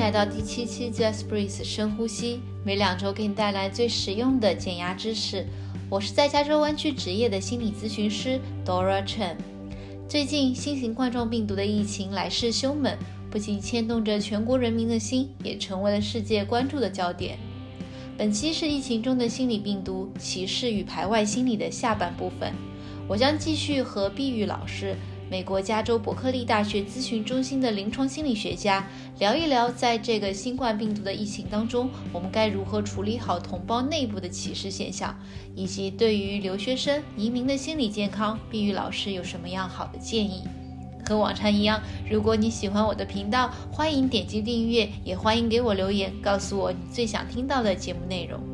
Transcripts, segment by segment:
来到第7期 Just Breathe 深呼吸，每2周给你带来最实用的减压知识。我是在加州湾区执业的心理咨询师 Dora Chen。最近新型冠状病毒的疫情来势凶猛，不仅牵动着全国人民的心，也成为了世界关注的焦点。本期是疫情中的心理病毒、歧视与排外心理的下半部分，我将继续和毕玉老师，美国加州伯克利大学咨询中心的临床心理学家，聊一聊在这个新冠病毒的疫情当中，我们该如何处理好同胞内部的歧视现象，以及对于留学生、移民的心理健康，毕玉老师有什么样好的建议。和往常一样，如果你喜欢我的频道，欢迎点击订阅，也欢迎给我留言，告诉我你最想听到的节目内容。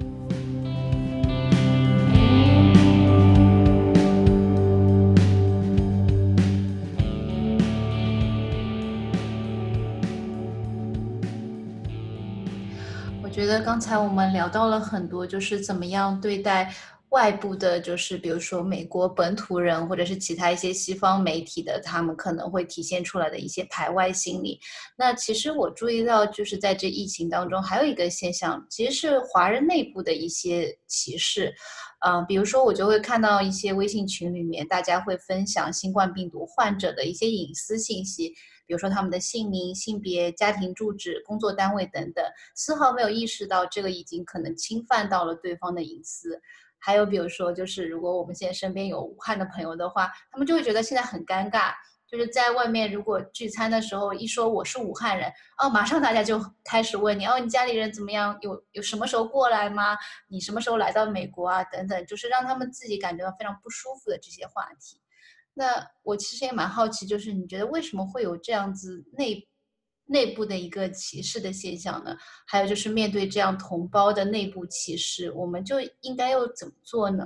我觉得刚才我们聊到了很多，就是怎么样对待外部的，就是比如说美国本土人，或者是其他一些西方媒体的，他们可能会体现出来的一些排外心理。那其实我注意到，就是在这疫情当中，还有一个现象，其实是华人内部的一些歧视。比如说我就会看到一些微信群里面，大家会分享新冠病毒患者的一些隐私信息。比如说他们的姓名、性别、家庭住址、工作单位等等，丝毫没有意识到这个已经可能侵犯到了对方的隐私。还有比如说，就是如果我们现在身边有武汉的朋友的话，他们就会觉得现在很尴尬，就是在外面如果聚餐的时候一说我是武汉人，马上大家就开始问你，你家里人怎么样？有什么时候过来吗？你什么时候来到美国啊？等等，就是让他们自己感觉到非常不舒服的这些话题。那我其实也蛮好奇，就是你觉得为什么会有这样子内部的一个歧视的现象呢？还有就是面对这样同胞的内部歧视，我们就应该又怎么做呢？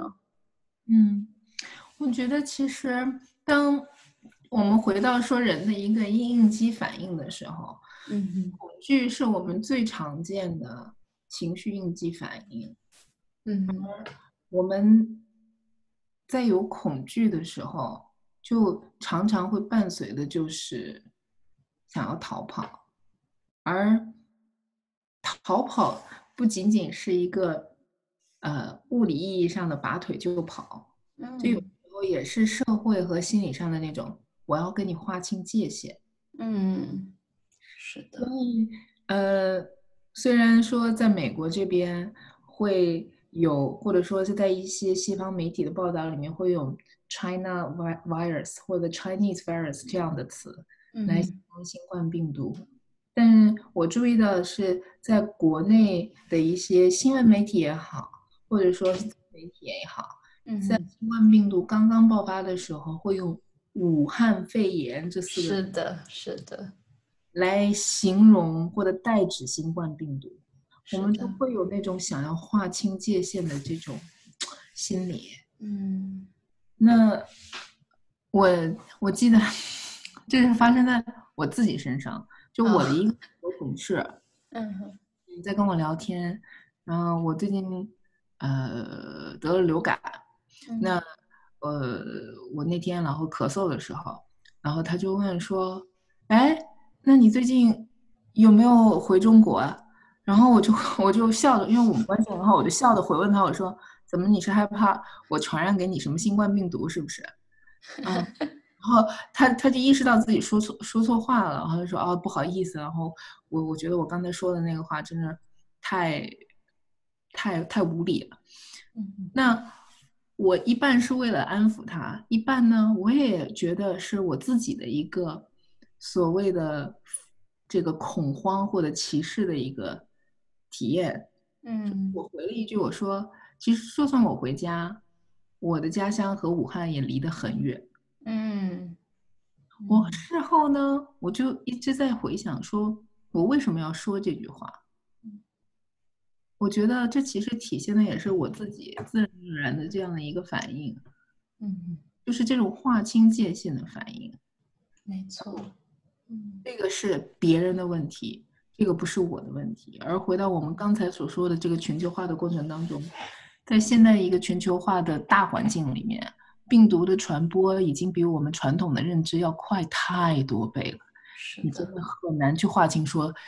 我觉得其实当我们回到说人的一个应激反应的时候，恐惧是我们最常见的情绪应激反应。我们在有恐惧的时候，就常常会伴随的就是想要逃跑，而逃跑不仅仅是一个物理意义上的拔腿就跑，这有时候也是社会和心理上的那种我要跟你划清界限。 是的。 所以虽然说在美国这边会有，或者说是在一些西方媒体的报道里面会有 China virus 或者 Chinese virus 这样的词来形容新冠病毒，但是我注意到的是，在国内的一些新闻媒体也好，或者说是媒体也好，在新冠病毒刚刚爆发的时候，会用武汉肺炎这4个字是的来形容或者代指新冠病毒，我们就会有那种想要划清界限的这种心理。那我记得这是发生在我自己身上，就我的一个同事，在跟我聊天，然后我最近得了流感，那我那天然后咳嗽的时候，然后他就问说，哎，那你最近有没有回中国啊？然后我就笑着，因为我们关系很好，我就笑着回问他，我说，怎么你是害怕我传染给你什么新冠病毒是不是？然后他就意识到自己说错话了，然后就说不好意思，然后我觉得我刚才说的那个话真的太无理了。那我一半是为了安抚他，一半呢我也觉得是我自己的一个所谓的这个恐慌或者歧视的一个体验。我回了一句，我说其实就算我回家，我的家乡和武汉也离得很远。我事后呢，我就一直在回想，说我为什么要说这句话。我觉得这其实体现的也是我自己自然而然的这样的一个反应，就是这种划清界限的反应。 没错， 这个是别人的问题，这个不是我的问题。而回到我们刚才所说的这个全球化的过程当中，在现在一个全球化的大环境里面，病毒的传播已经比我们传统的认知要快太多倍了。你真的很难去划清说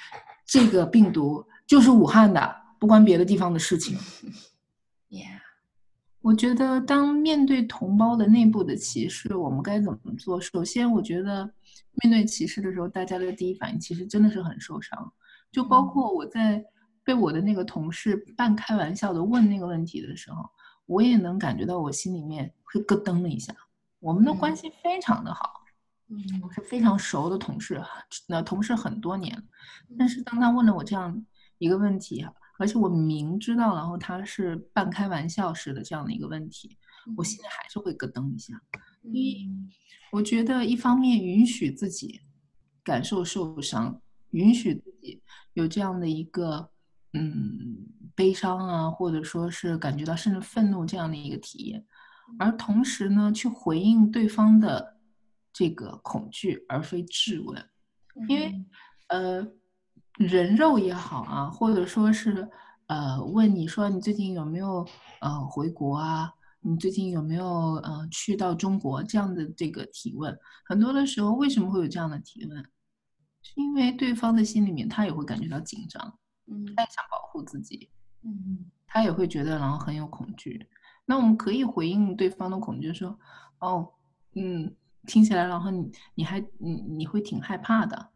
这个病毒就是武汉的，不关别的地方的事情。 Yeah. 我觉得当面对同胞的内部的歧视，我们该怎么做？首先，我觉得面对歧视的时候，大家的第一反应其实真的是很受伤。就包括我在被我的那个同事半开玩笑的问那个问题的时候，我也能感觉到我心里面会咯噔了一下。我们的关系非常的好，我是非常熟的同事，同事很多年，但是当他问了我这样一个问题，而且我明知道，然后他是半开玩笑似的这样的一个问题，我心里还是会咯噔一下。我觉得一方面允许自己感受受伤，允许自己有这样的一个悲伤啊，或者说是感觉到甚至愤怒这样的一个体验，而同时呢，去回应对方的这个恐惧，而非质问，因为人肉也好啊，或者说是问你说你最近有没有回国啊？你最近有没有去到中国这样的这个提问？很多的时候为什么会有这样的提问？是因为对方的心里面他也会感觉到紧张，他也想保护自己，他也会觉得然后很有恐惧。那我们可以回应对方的恐惧，说哦，听起来然后你会挺害怕的，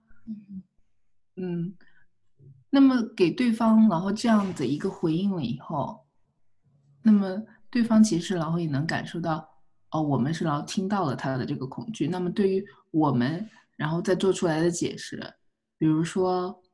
那么给对方然后这样的一个回应了以后，那么对方其实然后也能感受到，我们是然后听到了他的这个恐惧。那么对于我们然后再做出来的解释，比如说，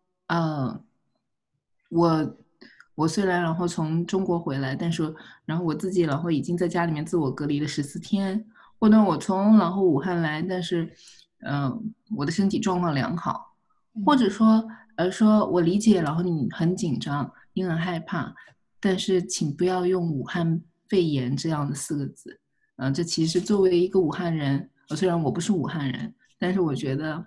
我虽然然后从中国回来，但是然后我自己然后已经在家里面自我隔离了14天，或者我从然后武汉来，但是我的身体状况良好，或者说说我理解，然后你很紧张，你很害怕，但是请不要用武汉肺炎这样的4个字。这其实作为一个武汉人，虽然我不是武汉人，但是我觉得，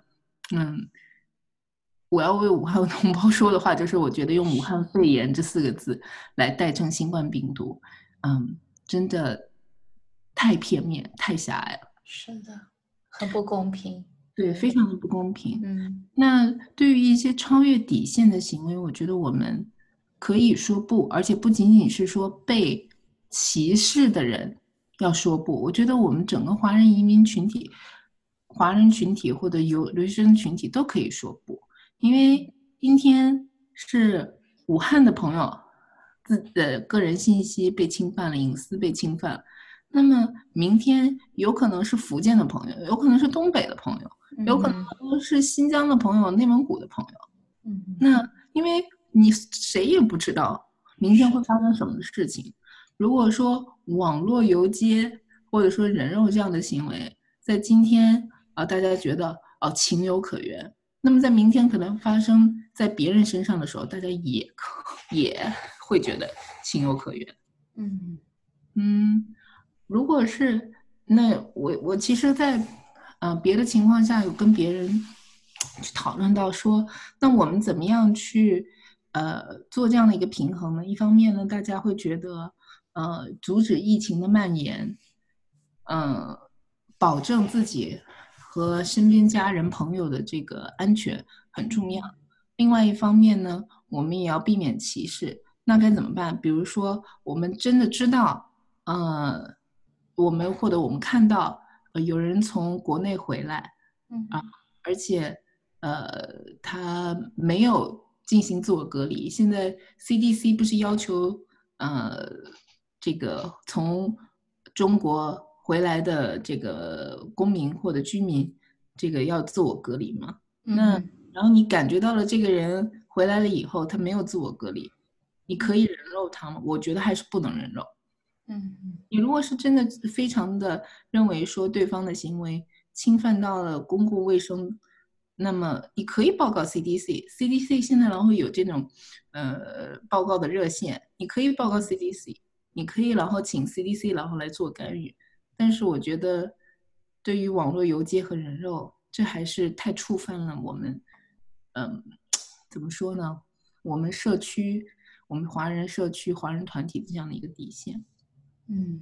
我要为武汉同胞说的话，就是我觉得用武汉肺炎这4个字来代称新冠病毒，真的太片面、太狭隘了。 是的，很不公平。 对，非常的不公平。那对于一些超越底线的行为，我觉得我们可以说不，而且不仅仅是说被歧视的人要说不。我觉得我们整个华人移民群体、华人群体或者留学生群体都可以说不，因为今天是武汉的朋友自己的个人信息被侵犯了，隐私被侵犯了。那么明天有可能是福建的朋友，有可能是东北的朋友，有可能是新疆的朋友、内蒙古的朋友。那因为你谁也不知道明天会发生什么的事情。如果说网络游街或者说人肉这样的行为，在今天大家觉得情有可原，那么在明天可能发生在别人身上的时候，大家也会觉得情有可原。如果是那我其实在别的情况下有跟别人去讨论到说，那我们怎么样去做这样的一个平衡呢？一方面呢，大家会觉得阻止疫情的蔓延，保证自己和身边家人朋友的这个安全很重要。另外一方面呢，我们也要避免歧视。那该怎么办？比如说，我们真的知道，我们看到有人从国内回来，而且他没有进行自我隔离。现在 CDC 不是要求这个从中国回来的这个公民或者居民，这个要自我隔离吗？那然后你感觉到了这个人回来了以后，他没有自我隔离，你可以人肉他吗？我觉得还是不能人肉。你如果是真的非常的认为说对方的行为侵犯到了公共卫生，那么你可以报告 CDC。CDC 现在然后有这种报告的热线，你可以报告 CDC，你可以然后请 CDC 然后来做干预。但是我觉得对于网络游街和人肉，这还是太触犯了我们怎么说呢？我们华人社区、华人团体这样的一个底线。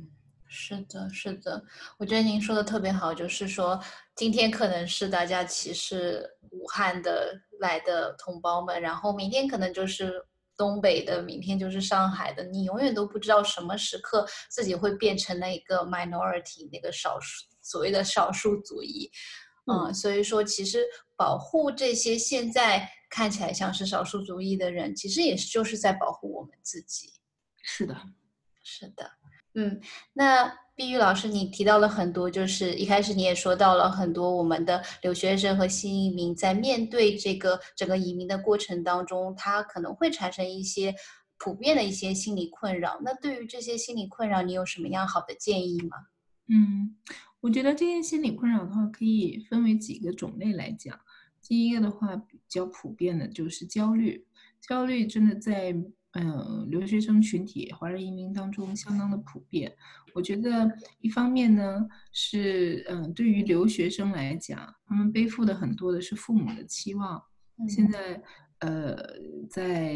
是的，是的，我觉得您说的特别好，就是说今天可能是大家歧视武汉的来的同胞们，然后明天可能就是东北的，明天就是上海的，你永远都不知道什么时刻自己会变成那个 minority，那个少数所谓的少数族裔。所以说其实保护这些现在看起来像是少数族裔的人，其实也是就是在保护我们自己。 是的， 是的。那碧玉老师，你提到了很多，就是一开始你也说到了很多我们的留学生和新移民在面对这个整个移民的过程当中，他可能会产生一些普遍的一些心理困扰。那对于这些心理困扰，你有什么样好的建议吗？ 我觉得这些心理困扰的话，可以分为几个种类来讲。第一个的话，比较普遍的就是焦虑，焦虑真的在留学生群体、华人移民当中相当的普遍。我觉得一方面呢是对于留学生来讲，他们背负的很多的是父母的期望。现在在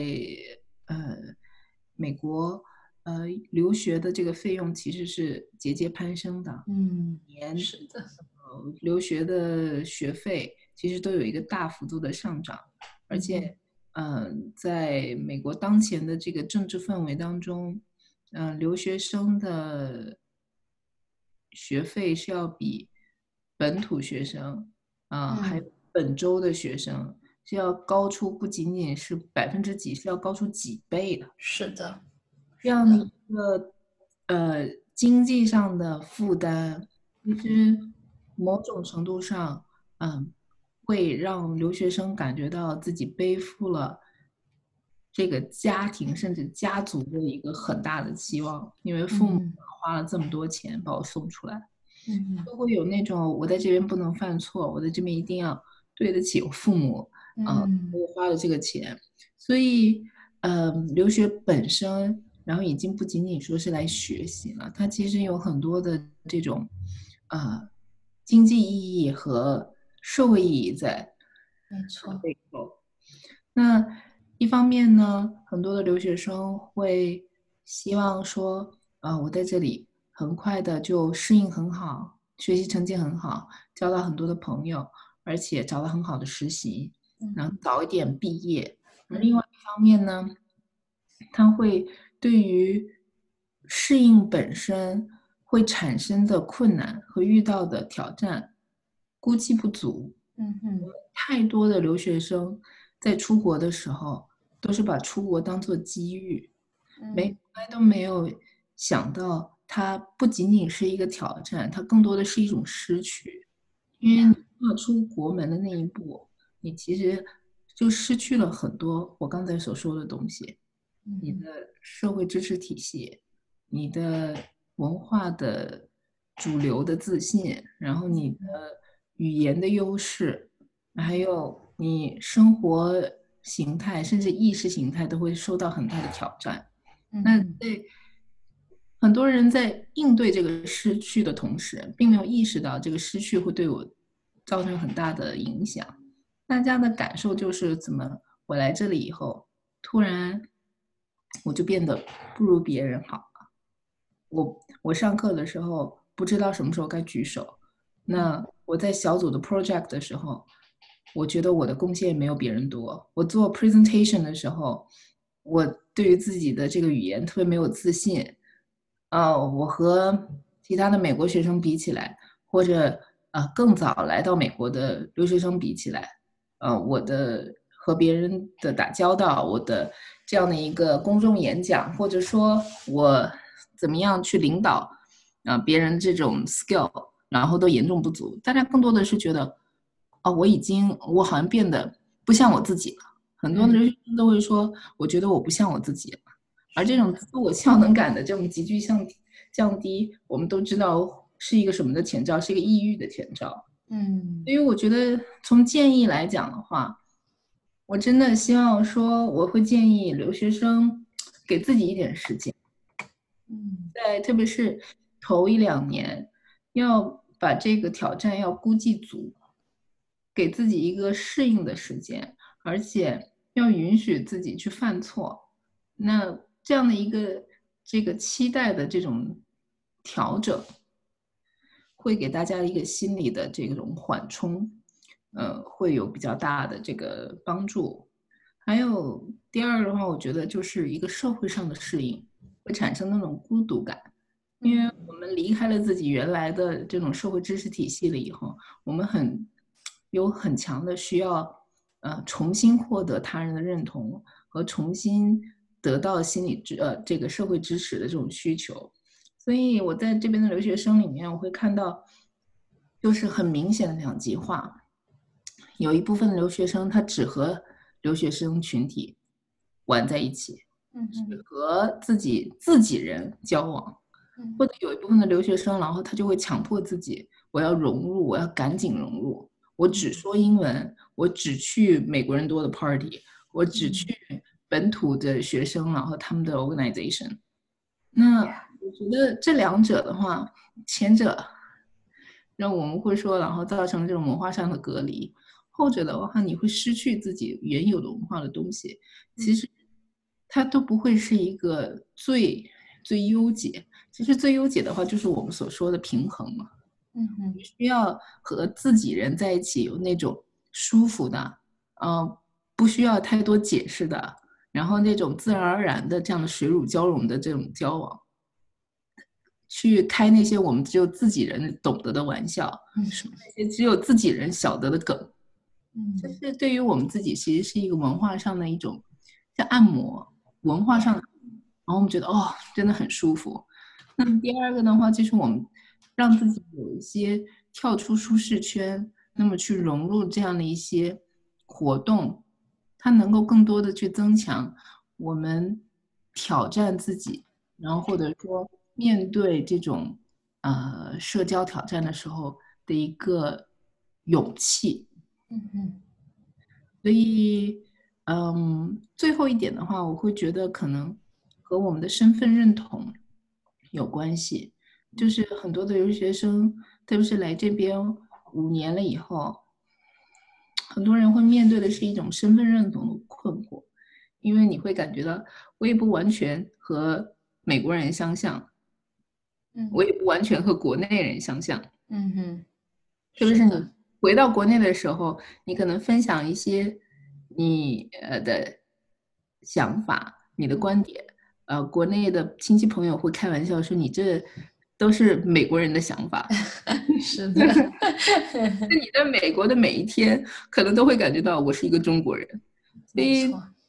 美国。留学的这个费用其实是节节攀升的， 是的， 留学的学费其实都有一个大幅度的上涨，而且，在美国当前的这个政治氛围当中，留学生的学费是要比本土学生，还有本州的学生是要高出不仅仅是几%，是要高出几倍的。 是的， 这样的一个经济上的负担，其实某种程度上，会让留学生感觉到自己背负了这个家庭甚至家族的一个很大的期望，因为父母花了这么多钱把我送出来，都会有那种我在这边不能犯错，我在这边一定要对得起我父母，给我花了这个钱，所以，留学本身。然后已经不仅仅说是来学习了，它其实有很多的这种，经济意义和社会意义在。 没错。 那一方面呢，很多的留学生会希望说，我在这里很快的就适应很好，学习成绩很好，交到很多的朋友，而且找到很好的实习，然后早一点毕业。而另外一方面呢，他会对于适应本身会产生的困难和遇到的挑战估计不足。太多的留学生在出国的时候都是把出国当做机遇，从来都没有想到它不仅仅是一个挑战，它更多的是一种失去。因为你跨出国门的那一步，你其实就失去了很多我刚才所说的东西。你的社会支持体系，你的文化的主流的自信，然后你的语言的优势，还有你生活形态甚至意识形态都会受到很大的挑战。那对很多人在应对这个失去的同时，并没有意识到这个失去会对我造成很大的影响。大家的感受就是怎么我来这里以后，突然我就变得不如别人好了。我上课的时候不知道什么时候该举手，那我在小组的 project 的时候，我觉得我的贡献没有别人多。我做 presentation 的时候，我对于自己的这个语言特别没有自信。我和其他的美国学生比起来，或者更早来到美国的留学生比起来，我的和别人的打交道，我的这样的一个公众演讲，或者说我怎么样去领导别人这种 skill，然后都严重不足。大家更多的是觉得，我好像变得不像我自己了。很多的留学生都会说，我觉得我不像我自己了。而这种自我效能感的这种急剧降低，我们都知道是一个什么的前兆，是一个抑郁的前兆。所以我觉得从建议来讲的话，我真的希望说，我会建议留学生给自己一点时间，特别是头1-2年，要把这个挑战要估计足，给自己一个适应的时间，而且要允许自己去犯错。那这样的一个这个期待的这种调整，会给大家一个心理的这种缓冲，会有比较大的这个帮助。还有第二个的话，我觉得就是一个社会上的适应，会产生那种孤独感，因为我们离开了自己原来的这种社会知识体系了以后，我们有很强的需要，重新获得他人的认同和重新得到这个社会支持的这种需求。所以我在这边的留学生里面，我会看到就是很明显的两极化，有一部分的留学生他只和留学生群体玩在一起，只和自己人交往，或者有一部分的留学生，然后他就会强迫自己，我要融入，我要赶紧融入，我只说英文，我只去美国人多的 party， 我只去本土的学生，然后他们的 organization。那我觉得这两者的话，前者让我们会说，然后造成这种文化上的隔离；后者的话，你会失去自己原有的文化的东西。其实它都不会是一个最优解。其实最优解的话，就是我们所说的平衡嘛。需要和自己人在一起，有那种舒服的，不需要太多解释的。然后那种自然而然的这样的水乳交融的这种交往，去开那些我们只有自己人懂得的玩笑，说那些只有自己人晓得的梗，这是对于我们自己其实是一个文化上的一种像按摩，文化上的，然后我们觉得真的很舒服。那么第二个的话，就是我们让自己有一些跳出舒适圈，那么去融入这样的一些活动，它能够更多的去增强我们挑战自己，然后或者说面对这种社交挑战的时候的一个勇气。所以最后一点的话，我会觉得可能和我们的身份认同有关系。就是很多的留学生，特别是来这边5年了以后，很多人会面对的是一种身份认同的困惑，因为你会感觉到我也不完全和美国人相像，我也不完全和国内人相像，特别是你回到国内的时候，你可能分享一些你的想法、你的观点，国内的亲戚朋友会开玩笑说你这都是美国人的想法。 是的。 那你在美国的每一天，可能都会感觉到我是一个中国人。所以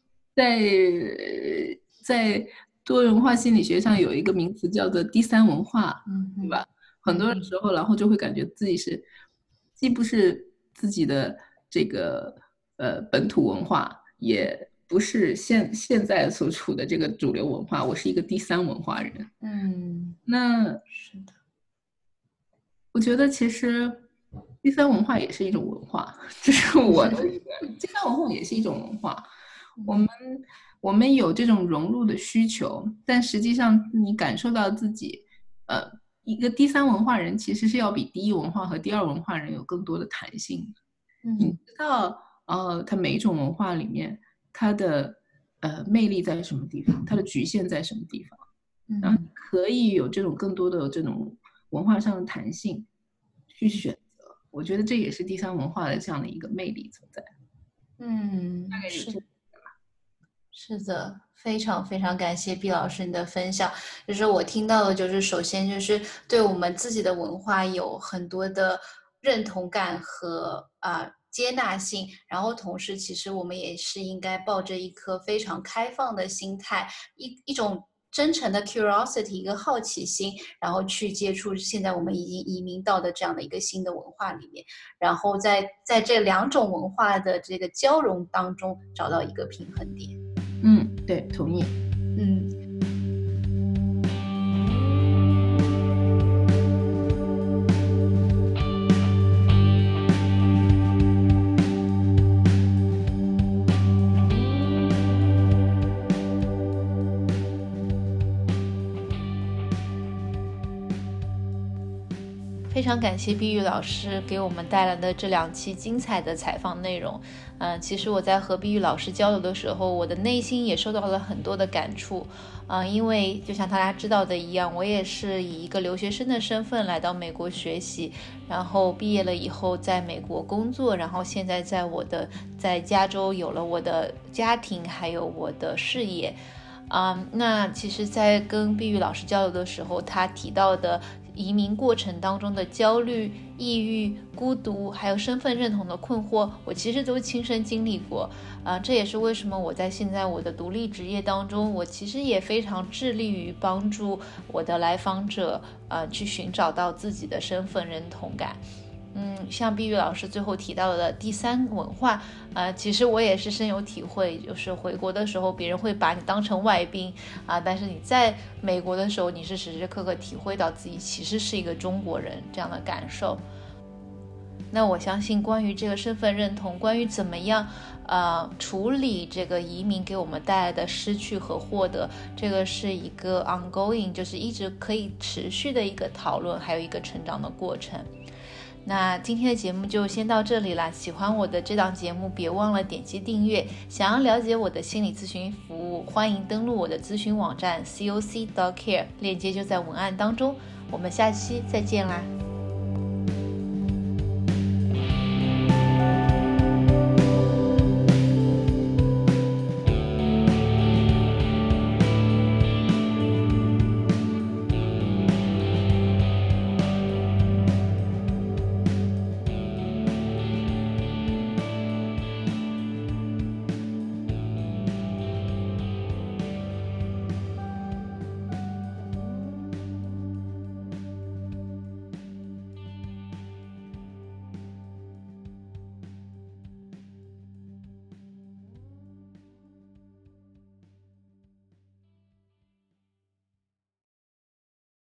在多元文化心理学上有一个名词叫做第三文化，对吧？很多时候，然后就会感觉自己既不是自己的这个本土文化，也不是现在所处的这个主流文化，我是一个第三文化人。那是的， 我觉得其实第三文化也是一种文化，这是我的一个第三文化也是一种文化。我们有这种融入的需求，但实际上你感受到自己一个第三文化人其实是要比第一文化和第二文化人有更多的弹性。你知道它每一种文化里面它的魅力在什么地方，它的局限在什么地方，然后可以有这种更多的这种文化上的弹性去选择。我觉得这也是第三文化的这样的一个魅力存在。大概是的，非常非常感谢毕老师你的分享。就是我听到的，就是首先就是对我们自己的文化有很多的认同感和接纳性，然后同时其实我们也是应该抱着一颗非常开放的心态，一种真诚的 curiosity， 一个好奇心，然后去接触现在我们已经移民到的这样的一个新的文化里面，然后在这两种文化的这个交融当中找到一个平衡点。 对，同意。 非常感谢碧玉老师给我们带来的这2期精彩的采访内容。其实我在和碧玉老师交流的时候，我的内心也受到了很多的感触。因为就像大家知道的一样，我也是以一个留学生的身份来到美国学习，然后毕业了以后在美国工作，然后现在在加州有了我的家庭，还有我的事业。那其实在跟碧玉老师交流的时候，他提到的移民过程当中的焦虑、抑郁、孤独，还有身份认同的困惑，我其实都亲身经历过。这也是为什么我在现在我的独立职业当中，我其实也非常致力于帮助我的来访者去寻找到自己的身份认同感。像碧玉老师最后提到的第3文化，其实我也是深有体会，就是回国的时候别人会把你当成外宾但是你在美国的时候，你是时时刻刻体会到自己其实是一个中国人这样的感受。那我相信关于这个身份认同，关于怎么样处理这个移民给我们带来的失去和获得，这个是一个 ongoing， 就是一直可以持续的一个讨论，还有一个成长的过程。那今天的节目就先到这里啦，喜欢我的这档节目别忘了点击订阅。想要了解我的心理咨询服务，欢迎登录我的咨询网站 coc.care， 链接就在文案当中。我们下期再见啦。